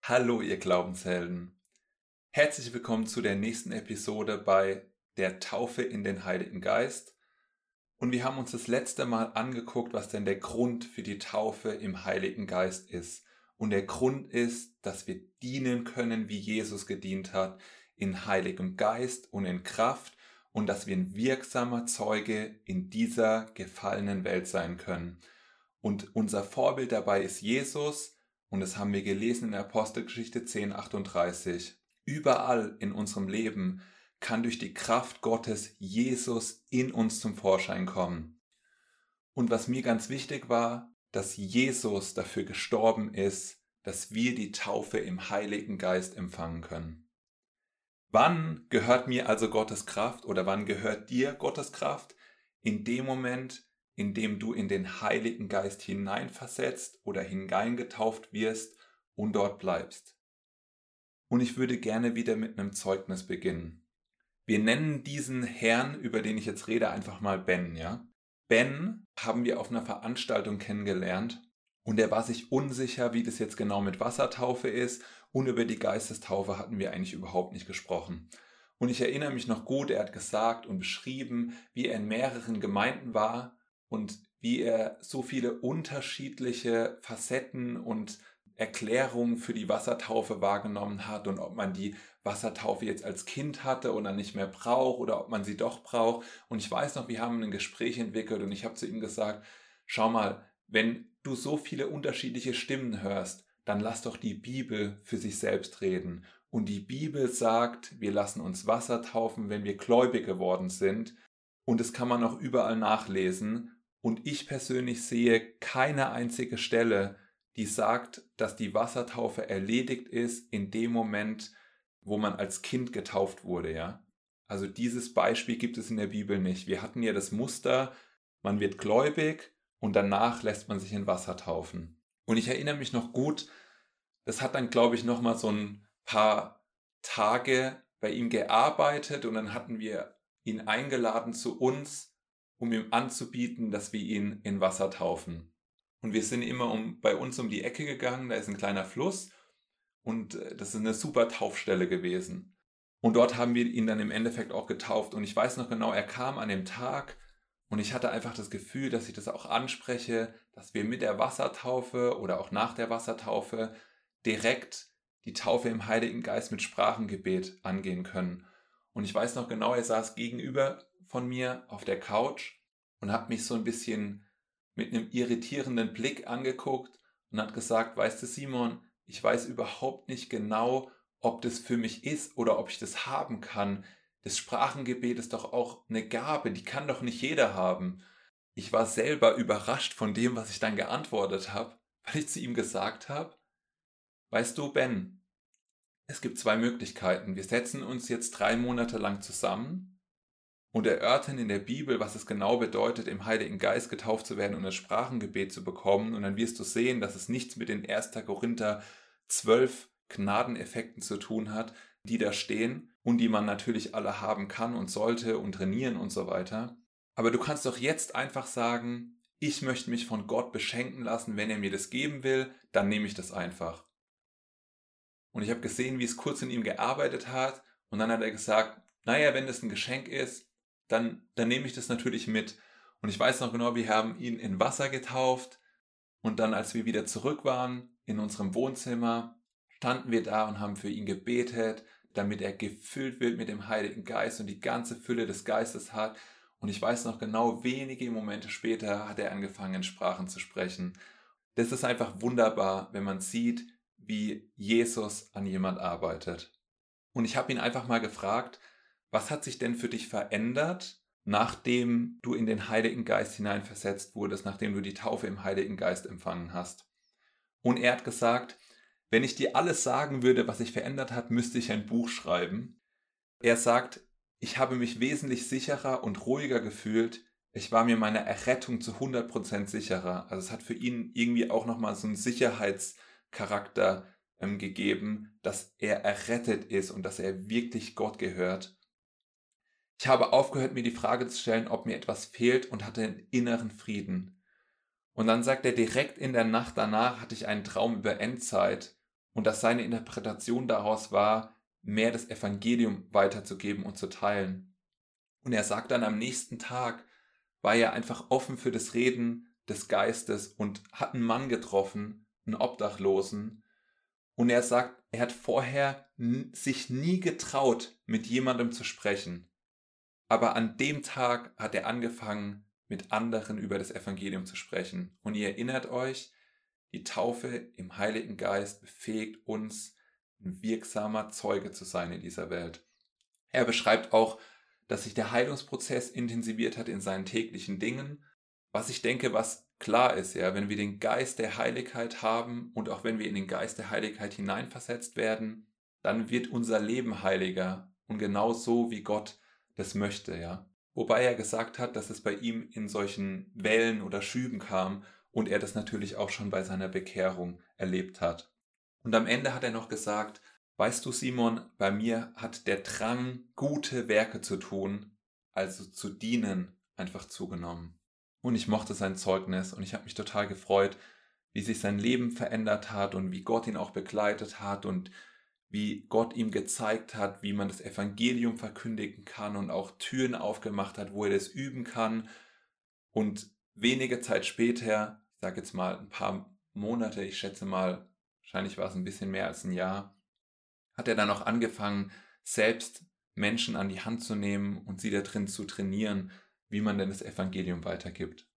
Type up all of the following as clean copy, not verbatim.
Hallo, ihr Glaubenshelden. Herzlich willkommen zu der nächsten Episode bei der Taufe in den Heiligen Geist. Und wir haben uns das letzte Mal angeguckt, was denn der Grund für die Taufe im Heiligen Geist ist. Und der Grund ist, dass wir dienen können, wie Jesus gedient hat, in Heiligem Geist und in Kraft und dass wir ein wirksamer Zeuge in dieser gefallenen Welt sein können. Und unser Vorbild dabei ist Jesus. Und das haben wir gelesen in der Apostelgeschichte 10,38. Überall in unserem Leben kann durch die Kraft Gottes Jesus in uns zum Vorschein kommen. Und was mir ganz wichtig war, dass Jesus dafür gestorben ist, dass wir die Taufe im Heiligen Geist empfangen können. Wann gehört mir also Gottes Kraft oder wann gehört dir Gottes Kraft? In dem Moment, in dem du in den Heiligen Geist hineinversetzt oder hineingetauft wirst und dort bleibst. Und ich würde gerne wieder mit einem Zeugnis beginnen. Wir nennen diesen Herrn, über den ich jetzt rede, einfach mal Ben, ja? Ben haben wir auf einer Veranstaltung kennengelernt und er war sich unsicher, wie das jetzt genau mit Wassertaufe ist, und über die Geistestaufe hatten wir eigentlich überhaupt nicht gesprochen. Und ich erinnere mich noch gut, er hat gesagt und beschrieben, wie er in mehreren Gemeinden war und wie er so viele unterschiedliche Facetten und Erklärungen für die Wassertaufe wahrgenommen hat und ob man die Wassertaufe jetzt als Kind hatte oder nicht mehr braucht oder ob man sie doch braucht. Und ich weiß noch, wir haben ein Gespräch entwickelt und ich habe zu ihm gesagt, schau mal, wenn du so viele unterschiedliche Stimmen hörst, dann lass doch die Bibel für sich selbst reden. Und die Bibel sagt, wir lassen uns Wasser taufen, wenn wir gläubig geworden sind. Und das kann man auch überall nachlesen. Und ich persönlich sehe keine einzige Stelle, die sagt, dass die Wassertaufe erledigt ist in dem Moment, wo man als Kind getauft wurde, ja. Also dieses Beispiel gibt es in der Bibel nicht. Wir hatten ja das Muster, man wird gläubig und danach lässt man sich in Wasser taufen. Und ich erinnere mich noch gut, das hat dann, glaube ich, noch mal so ein paar Tage bei ihm gearbeitet und dann hatten wir ihn eingeladen zu uns, um ihm anzubieten, dass wir ihn in Wasser taufen. Und wir sind immer bei uns um die Ecke gegangen, da ist ein kleiner Fluss und das ist eine super Taufstelle gewesen. Und dort haben wir ihn dann im Endeffekt auch getauft. Und ich weiß noch genau, er kam an dem Tag und ich hatte einfach das Gefühl, dass ich das auch anspreche, dass wir mit der Wassertaufe oder auch nach der Wassertaufe direkt die Taufe im Heiligen Geist mit Sprachengebet angehen können. Und ich weiß noch genau, er saß gegenüber von mir auf der Couch und hat mich so ein bisschen mit einem irritierenden Blick angeguckt und hat gesagt, weißt du, Simon, ich weiß überhaupt nicht genau, ob das für mich ist oder ob ich das haben kann. Das Sprachengebet ist doch auch eine Gabe, die kann doch nicht jeder haben. Ich war selber überrascht von dem, was ich dann geantwortet habe, weil ich zu ihm gesagt habe, weißt du, Ben, es gibt zwei Möglichkeiten. Wir setzen uns jetzt 3 Monate lang zusammen und erörtern in der Bibel, was es genau bedeutet, im Heiligen Geist getauft zu werden und das Sprachengebet zu bekommen. Und dann wirst du sehen, dass es nichts mit den 1. Korinther 12 Gnadeneffekten zu tun hat, die da stehen und die man natürlich alle haben kann und sollte und trainieren und so weiter. Aber du kannst doch jetzt einfach sagen, ich möchte mich von Gott beschenken lassen, wenn er mir das geben will, dann nehme ich das einfach. Und ich habe gesehen, wie es kurz in ihm gearbeitet hat und dann hat er gesagt, naja, wenn das ein Geschenk ist, dann nehme ich das natürlich mit. Und ich weiß noch genau, wir haben ihn in Wasser getauft und dann, als wir wieder zurück waren in unserem Wohnzimmer, standen wir da und haben für ihn gebetet, damit er gefüllt wird mit dem Heiligen Geist und die ganze Fülle des Geistes hat. Und ich weiß noch genau, wenige Momente später hat er angefangen, in Sprachen zu sprechen. Das ist einfach wunderbar, wenn man sieht, wie Jesus an jemand arbeitet. Und ich habe ihn einfach mal gefragt, was hat sich denn für dich verändert, nachdem du in den Heiligen Geist hineinversetzt wurdest, nachdem du die Taufe im Heiligen Geist empfangen hast? Und er hat gesagt, wenn ich dir alles sagen würde, was sich verändert hat, müsste ich ein Buch schreiben. Er sagt, ich habe mich wesentlich sicherer und ruhiger gefühlt. Ich war mir meiner Errettung zu 100% sicherer. Also es hat für ihn irgendwie auch nochmal so einen Sicherheitscharakter gegeben, dass er errettet ist und dass er wirklich Gott gehört. Ich habe aufgehört, mir die Frage zu stellen, ob mir etwas fehlt und hatte einen inneren Frieden. Und dann sagt er, direkt in der Nacht danach hatte ich einen Traum über Endzeit und dass seine Interpretation daraus war, mehr das Evangelium weiterzugeben und zu teilen. Und er sagt dann, am nächsten Tag war er einfach offen für das Reden des Geistes und hat einen Mann getroffen, einen Obdachlosen. Und er sagt, er hat vorher sich nie getraut, mit jemandem zu sprechen. Aber an dem Tag hat er angefangen, mit anderen über das Evangelium zu sprechen. Und ihr erinnert euch, die Taufe im Heiligen Geist befähigt uns, ein wirksamer Zeuge zu sein in dieser Welt. Er beschreibt auch, dass sich der Heilungsprozess intensiviert hat in seinen täglichen Dingen, was ich denke, was klar ist, ja, wenn wir den Geist der Heiligkeit haben und auch wenn wir in den Geist der Heiligkeit hineinversetzt werden, dann wird unser Leben heiliger und genau so, wie Gott das möchte, ja. Wobei er gesagt hat, dass es bei ihm in solchen Wellen oder Schüben kam und er das natürlich auch schon bei seiner Bekehrung erlebt hat. Und am Ende hat er noch gesagt, weißt du, Simon, bei mir hat der Drang, gute Werke zu tun, also zu dienen, einfach zugenommen. Und ich mochte sein Zeugnis und ich habe mich total gefreut, wie sich sein Leben verändert hat und wie Gott ihn auch begleitet hat und wie Gott ihm gezeigt hat, wie man das Evangelium verkündigen kann und auch Türen aufgemacht hat, wo er das üben kann. Und wenige Zeit später, ich sage jetzt mal ein paar Monate, ich schätze mal, wahrscheinlich war es ein bisschen mehr als ein Jahr, hat er dann auch angefangen, selbst Menschen an die Hand zu nehmen und sie da drin zu trainieren, wie man denn das Evangelium weitergibt.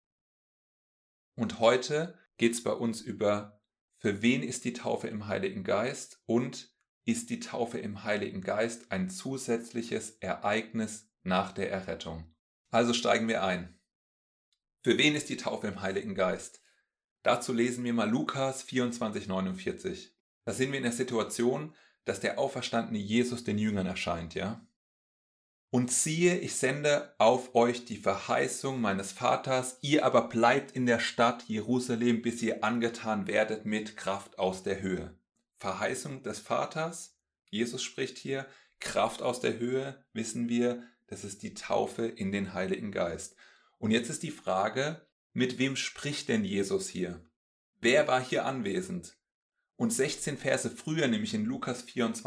Und heute geht es bei uns über, für wen ist die Taufe im Heiligen Geist und ist die Taufe im Heiligen Geist ein zusätzliches Ereignis nach der Errettung. Also steigen wir ein. Für wen ist die Taufe im Heiligen Geist? Dazu lesen wir mal Lukas 24,49. Da sind wir in der Situation, dass der auferstandene Jesus den Jüngern erscheint, ja? Und siehe, ich sende auf euch die Verheißung meines Vaters, ihr aber bleibt in der Stadt Jerusalem, bis ihr angetan werdet mit Kraft aus der Höhe. Verheißung des Vaters, Jesus spricht hier, Kraft aus der Höhe, wissen wir, das ist die Taufe in den Heiligen Geist. Und jetzt ist die Frage, mit wem spricht denn Jesus hier? Wer war hier anwesend? Und 16 Verse früher, nämlich in Lukas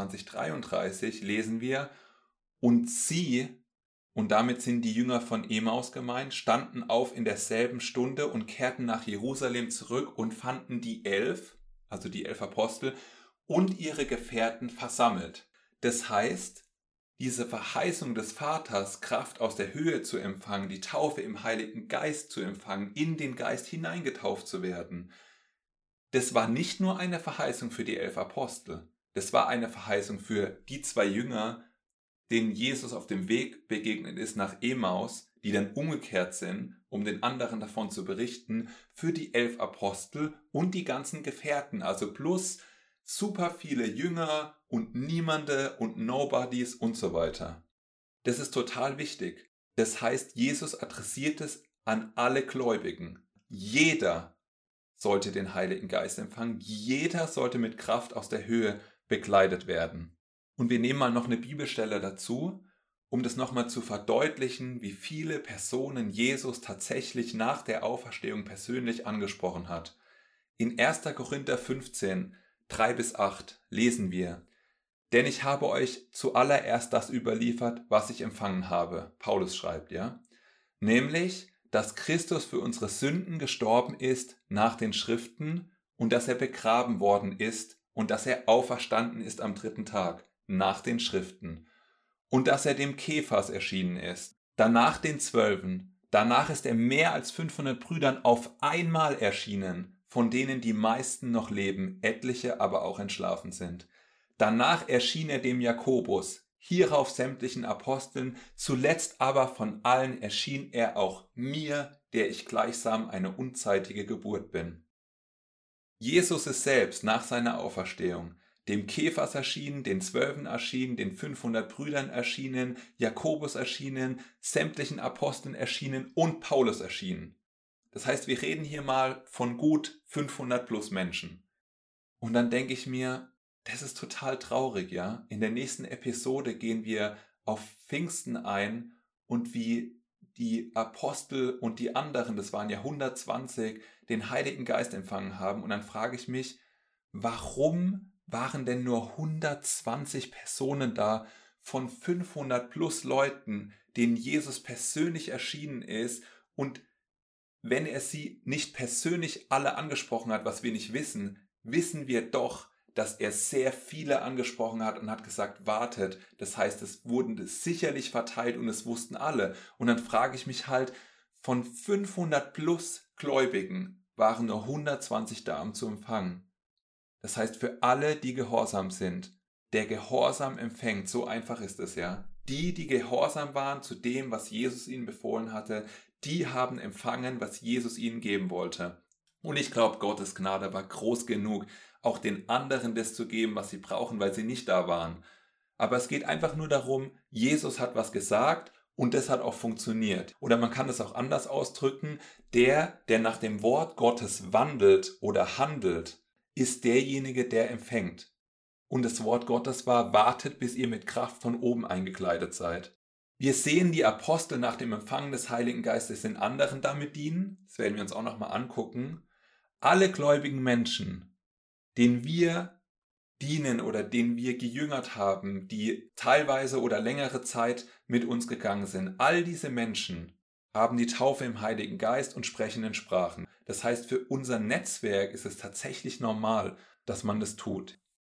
24,33, lesen wir, und sie, und damit sind die Jünger von Emaus gemeint, standen auf in derselben Stunde und kehrten nach Jerusalem zurück und fanden die 11, also die 11 Apostel, und ihre Gefährten versammelt. Das heißt, diese Verheißung des Vaters, Kraft aus der Höhe zu empfangen, die Taufe im Heiligen Geist zu empfangen, in den Geist hineingetauft zu werden, das war nicht nur eine Verheißung für die 11 Apostel, das war eine Verheißung für die 2 Jünger, denen Jesus auf dem Weg begegnet ist nach Emaus, die dann umgekehrt sind, um den anderen davon zu berichten, für die 11 Apostel und die ganzen Gefährten, also plus super viele Jünger und Niemande und Nobodies und so weiter. Das ist total wichtig. Das heißt, Jesus adressiert es an alle Gläubigen. Jeder sollte den Heiligen Geist empfangen. Jeder sollte mit Kraft aus der Höhe bekleidet werden. Und wir nehmen mal noch eine Bibelstelle dazu, um das nochmal zu verdeutlichen, wie viele Personen Jesus tatsächlich nach der Auferstehung persönlich angesprochen hat. In 1. Korinther 15, 3-8 lesen wir, denn ich habe euch zuallererst das überliefert, was ich empfangen habe. Paulus schreibt, ja, nämlich, dass Christus für unsere Sünden gestorben ist nach den Schriften und dass er begraben worden ist und dass er auferstanden ist am 3. Tag nach den Schriften und dass er dem Kephas erschienen ist, danach den 12, danach ist er mehr als 500 Brüdern auf einmal erschienen, von denen die meisten noch leben, etliche aber auch entschlafen sind. Danach erschien er dem Jakobus, hierauf sämtlichen Aposteln, zuletzt aber von allen erschien er auch mir, der ich gleichsam eine unzeitige Geburt bin. Jesus ist selbst nach seiner Auferstehung dem Kephas erschienen, den 12 erschienen, den 500 Brüdern erschienen, Jakobus erschienen, sämtlichen Aposteln erschienen und Paulus erschienen. Das heißt, wir reden hier mal von gut 500 plus Menschen. Und dann denke ich mir, das ist total traurig, ja. In der nächsten Episode gehen wir auf Pfingsten ein und wie die Apostel und die anderen, das waren ja 120, den Heiligen Geist empfangen haben. Und dann frage ich mich, warum waren denn nur 120 Personen da von 500 plus Leuten, denen Jesus persönlich erschienen ist, und wenn er sie nicht persönlich alle angesprochen hat, was wir nicht wissen, wissen wir doch, dass er sehr viele angesprochen hat und hat gesagt, wartet. Das heißt, es wurden sicherlich verteilt und es wussten alle. Und dann frage ich mich halt, von 500 plus Gläubigen waren nur 120 da, um zu empfangen. Das heißt, für alle, die gehorsam sind, der Gehorsam empfängt, so einfach ist es, ja. Die gehorsam waren zu dem, was Jesus ihnen befohlen hatte, die haben empfangen, was Jesus ihnen geben wollte. Und ich glaube, Gottes Gnade war groß genug, auch den anderen das zu geben, was sie brauchen, weil sie nicht da waren. Aber es geht einfach nur darum, Jesus hat was gesagt und das hat auch funktioniert. Oder man kann es auch anders ausdrücken, der nach dem Wort Gottes wandelt oder handelt, ist derjenige, der empfängt. Und das Wort Gottes war, wartet, bis ihr mit Kraft von oben eingekleidet seid. Wir sehen die Apostel nach dem Empfang des Heiligen Geistes den anderen damit dienen. Das werden wir uns auch nochmal angucken. Alle gläubigen Menschen, denen wir dienen oder denen wir gejüngert haben, die teilweise oder längere Zeit mit uns gegangen sind, all diese Menschen haben die Taufe im Heiligen Geist und sprechen in Sprachen. Das heißt, für unser Netzwerk ist es tatsächlich normal, dass man das tut.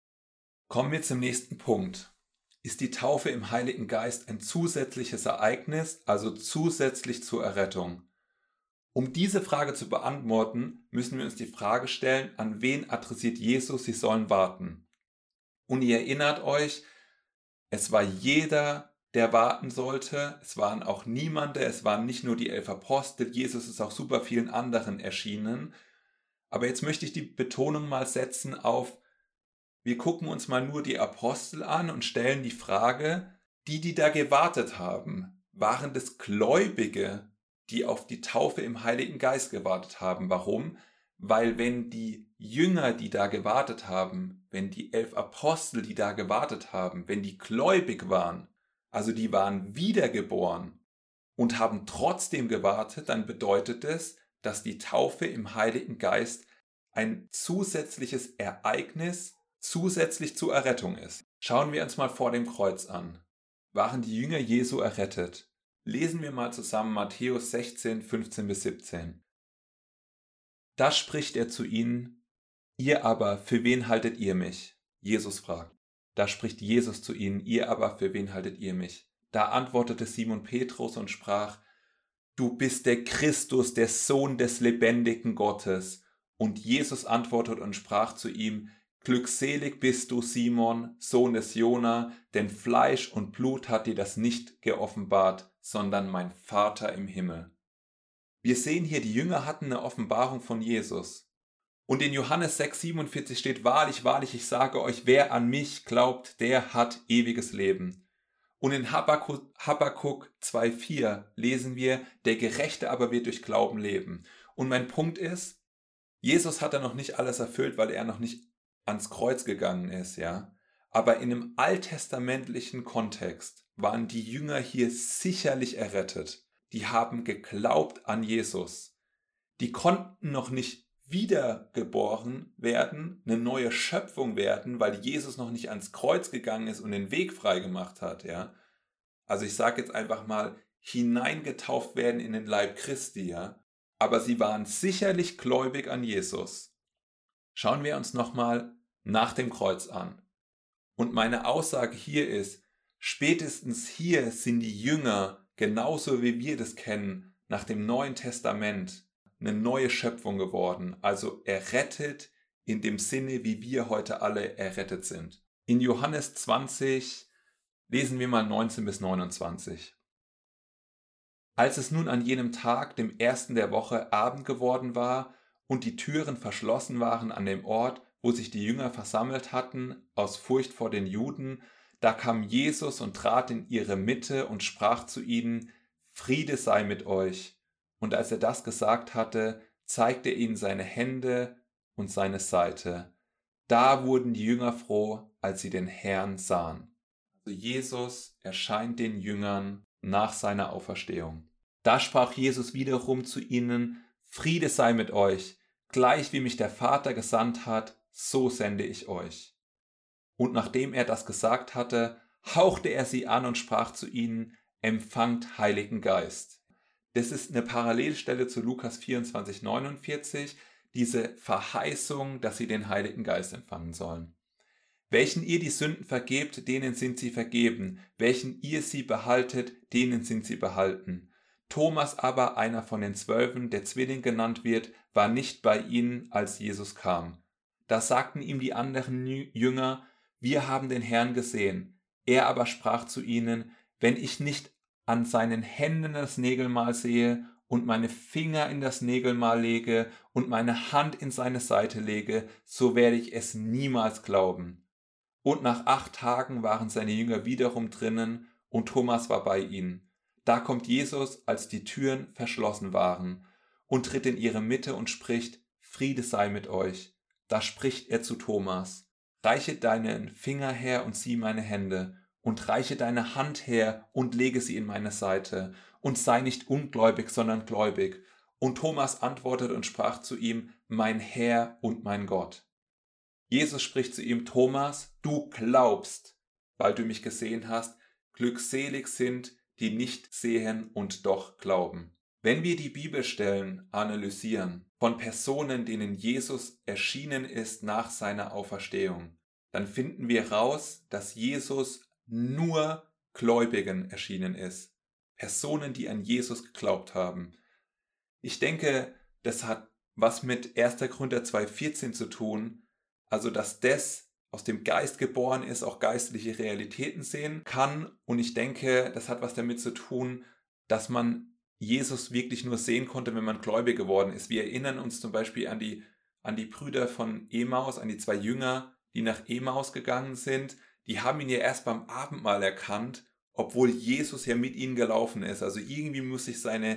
Kommen wir zum nächsten Punkt. Ist die Taufe im Heiligen Geist ein zusätzliches Ereignis, also zusätzlich zur Errettung? Um diese Frage zu beantworten, müssen wir uns die Frage stellen, an wen adressiert Jesus, sie sollen warten. Und ihr erinnert euch, es war jeder, der warten sollte, es waren auch niemande, es waren nicht nur die 11 Apostel, Jesus ist auch super vielen anderen erschienen. Aber jetzt möchte ich die Betonung mal setzen auf, wir gucken uns mal nur die Apostel an und stellen die Frage, die da gewartet haben, waren das Gläubige, die auf die Taufe im Heiligen Geist gewartet haben. Warum? Weil wenn die Jünger, die da gewartet haben, wenn die 11 Apostel, die da gewartet haben, wenn die gläubig waren, also die waren wiedergeboren und haben trotzdem gewartet, dann bedeutet es, dass die Taufe im Heiligen Geist ein zusätzliches Ereignis zusätzlich zur Errettung ist. Schauen wir uns mal vor dem Kreuz an. Waren die Jünger Jesu errettet? Lesen wir mal zusammen Matthäus 16, 15 bis 17. Da spricht er zu ihnen, ihr aber, für wen haltet ihr mich? Jesus fragt. Da spricht Jesus zu ihnen, ihr aber, für wen haltet ihr mich? Da antwortete Simon Petrus und sprach, du bist der Christus, der Sohn des lebendigen Gottes. Und Jesus antwortet und sprach zu ihm, glückselig bist du, Simon, Sohn des Jona, denn Fleisch und Blut hat dir das nicht geoffenbart, sondern mein Vater im Himmel. Wir sehen hier, die Jünger hatten eine Offenbarung von Jesus. Und in Johannes 6,47 steht, wahrlich, wahrlich, ich sage euch, wer an mich glaubt, der hat ewiges Leben. Und in Habakkuk 2,4 lesen wir, der Gerechte aber wird durch Glauben leben. Und mein Punkt ist, Jesus hat da noch nicht alles erfüllt, weil er noch nicht ans Kreuz gegangen ist, ja. Aber in einem alttestamentlichen Kontext waren die Jünger hier sicherlich errettet. Die haben geglaubt an Jesus. Die konnten noch nicht wiedergeboren werden, eine neue Schöpfung werden, weil Jesus noch nicht ans Kreuz gegangen ist und den Weg frei gemacht hat, ja. Also ich sage jetzt einfach mal, hineingetauft werden in den Leib Christi, ja. Aber sie waren sicherlich gläubig an Jesus. Schauen wir uns nochmal nach dem Kreuz an. Und meine Aussage hier ist, spätestens hier sind die Jünger, genauso wie wir das kennen, nach dem Neuen Testament eine neue Schöpfung geworden, also errettet in dem Sinne, wie wir heute alle errettet sind. In Johannes 20 lesen wir mal 19 bis 29. Als es nun an jenem Tag, dem ersten der Woche, Abend geworden war und die Türen verschlossen waren an dem Ort, wo sich die Jünger versammelt hatten, aus Furcht vor den Juden, da kam Jesus und trat in ihre Mitte und sprach zu ihnen, Friede sei mit euch. Und als er das gesagt hatte, zeigte er ihnen seine Hände und seine Seite. Da wurden die Jünger froh, als sie den Herrn sahen. Also Jesus erscheint den Jüngern nach seiner Auferstehung. Da sprach Jesus wiederum zu ihnen, Friede sei mit euch, gleich wie mich der Vater gesandt hat, so sende ich euch. Und nachdem er das gesagt hatte, hauchte er sie an und sprach zu ihnen: Empfangt Heiligen Geist. Das ist eine Parallelstelle zu Lukas 24,49, diese Verheißung, dass sie den Heiligen Geist empfangen sollen. Welchen ihr die Sünden vergebt, denen sind sie vergeben. Welchen ihr sie behaltet, denen sind sie behalten. Thomas aber, einer von den 12, der Zwilling genannt wird, war nicht bei ihnen, als Jesus kam. Da sagten ihm die anderen Jünger: Wir haben den Herrn gesehen. Er aber sprach zu ihnen: Wenn ich nicht an seinen Händen das Nägelmal sehe und meine Finger in das Nägelmal lege und meine Hand in seine Seite lege, so werde ich es niemals glauben. Und nach 8 Tagen waren seine Jünger wiederum drinnen und Thomas war bei ihnen. Da kommt Jesus, als die Türen verschlossen waren, und tritt in ihre Mitte und spricht: Friede sei mit euch. Da spricht er zu Thomas: Reiche deinen Finger her und sieh meine Hände, und reiche deine Hand her und lege sie in meine Seite, und sei nicht ungläubig, sondern gläubig. Und Thomas antwortete und sprach zu ihm: Mein Herr und mein Gott. Jesus spricht zu ihm: Thomas, du glaubst, weil du mich gesehen hast. Glückselig sind, die nicht sehen und doch glauben. Wenn wir die Bibelstellen analysieren von Personen, denen Jesus erschienen ist nach seiner Auferstehung, dann finden wir raus, dass Jesus nur Gläubigen erschienen ist. Personen, die an Jesus geglaubt haben. Ich denke, das hat was mit 1. Korinther 2,14 zu tun, also dass das aus dem Geist geboren ist, auch geistliche Realitäten sehen kann. Und ich denke, das hat was damit zu tun, dass man Jesus wirklich nur sehen konnte, wenn man gläubig geworden ist. Wir erinnern uns zum Beispiel an die Brüder von Emaus, an die 2 Jünger, die nach Emaus gegangen sind. Die haben ihn ja erst beim Abendmahl erkannt, obwohl Jesus ja mit ihnen gelaufen ist. Also irgendwie muss sich seine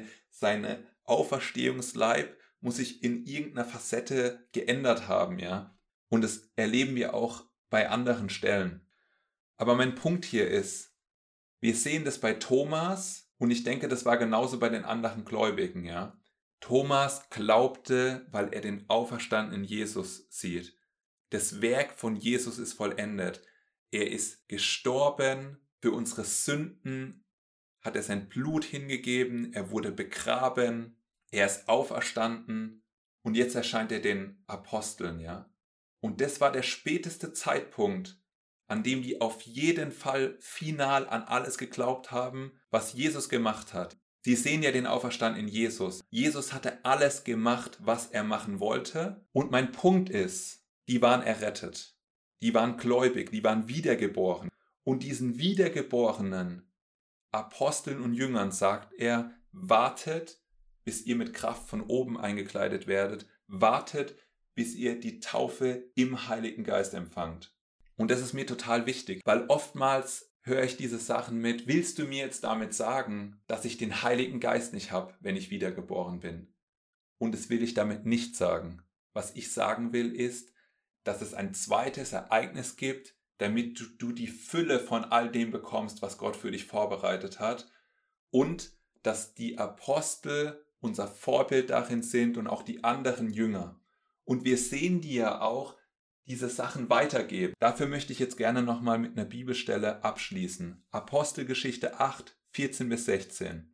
Auferstehungsleib muss sich in irgendeiner Facette geändert haben, ja. Und das erleben wir auch bei anderen Stellen. Aber mein Punkt hier ist, wir sehen das bei Thomas und ich denke, das war genauso bei den anderen Gläubigen, ja. Thomas glaubte, weil er den auferstandenen Jesus sieht. Das Werk von Jesus ist vollendet. Er ist gestorben für unsere Sünden, hat er sein Blut hingegeben, er wurde begraben, er ist auferstanden und jetzt erscheint er den Aposteln, ja. Und das war der späteste Zeitpunkt, an dem die auf jeden Fall final an alles geglaubt haben, was Jesus gemacht hat. Sie sehen ja den auferstandenen Jesus. Jesus hatte alles gemacht, was er machen wollte. Und mein Punkt ist, die waren errettet. Die waren gläubig, die waren wiedergeboren. Und diesen wiedergeborenen Aposteln und Jüngern sagt er: Wartet, bis ihr mit Kraft von oben eingekleidet werdet. Wartet, bis ihr die Taufe im Heiligen Geist empfangt. Und das ist mir total wichtig, weil oftmals höre ich diese Sachen mit: Willst du mir jetzt damit sagen, dass ich den Heiligen Geist nicht habe, wenn ich wiedergeboren bin? Und das will ich damit nicht sagen. Was ich sagen will ist, dass es ein zweites Ereignis gibt, damit du die Fülle von all dem bekommst, was Gott für dich vorbereitet hat, und dass die Apostel unser Vorbild darin sind und auch die anderen Jünger. Und wir sehen die ja auch diese Sachen weitergeben. Dafür möchte ich jetzt gerne nochmal mit einer Bibelstelle abschließen. Apostelgeschichte 8, 14-16.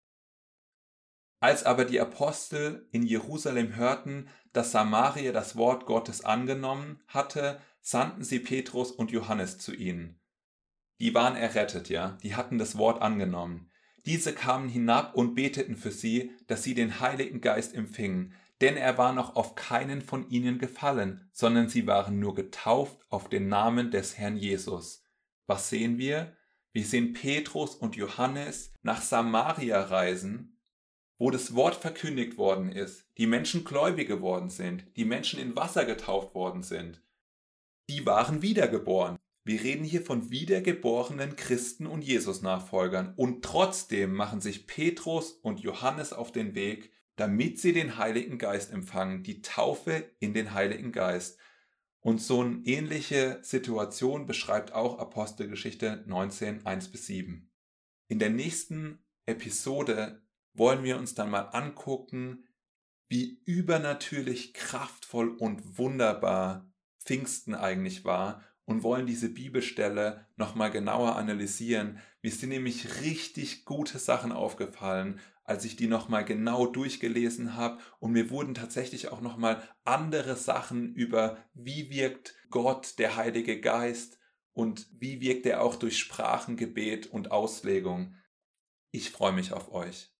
Als aber die Apostel in Jerusalem hörten, dass Samaria das Wort Gottes angenommen hatte, sandten sie Petrus und Johannes zu ihnen. Die waren errettet, ja, die hatten das Wort angenommen. Diese kamen hinab und beteten für sie, dass sie den Heiligen Geist empfingen, denn er war noch auf keinen von ihnen gefallen, sondern sie waren nur getauft auf den Namen des Herrn Jesus. Was sehen wir? Wir sehen Petrus und Johannes nach Samaria reisen, wo das Wort verkündigt worden ist, die Menschen gläubig geworden sind, die Menschen in Wasser getauft worden sind. Die waren wiedergeboren. Wir reden hier von wiedergeborenen Christen und Jesus-Nachfolgern. Und trotzdem machen sich Petrus und Johannes auf den Weg, damit sie den Heiligen Geist empfangen, die Taufe in den Heiligen Geist. Und so eine ähnliche Situation beschreibt auch Apostelgeschichte 19, 1-7. In der nächsten Episode wollen wir uns dann mal angucken, wie übernatürlich kraftvoll und wunderbar Pfingsten eigentlich war und wollen diese Bibelstelle nochmal genauer analysieren. Mir sind nämlich richtig gute Sachen aufgefallen, als ich die nochmal genau durchgelesen habe, und mir wurden tatsächlich auch nochmal andere Sachen über, wie wirkt Gott, der Heilige Geist, und wie wirkt er auch durch Sprachengebet und Auslegung. Ich freue mich auf euch.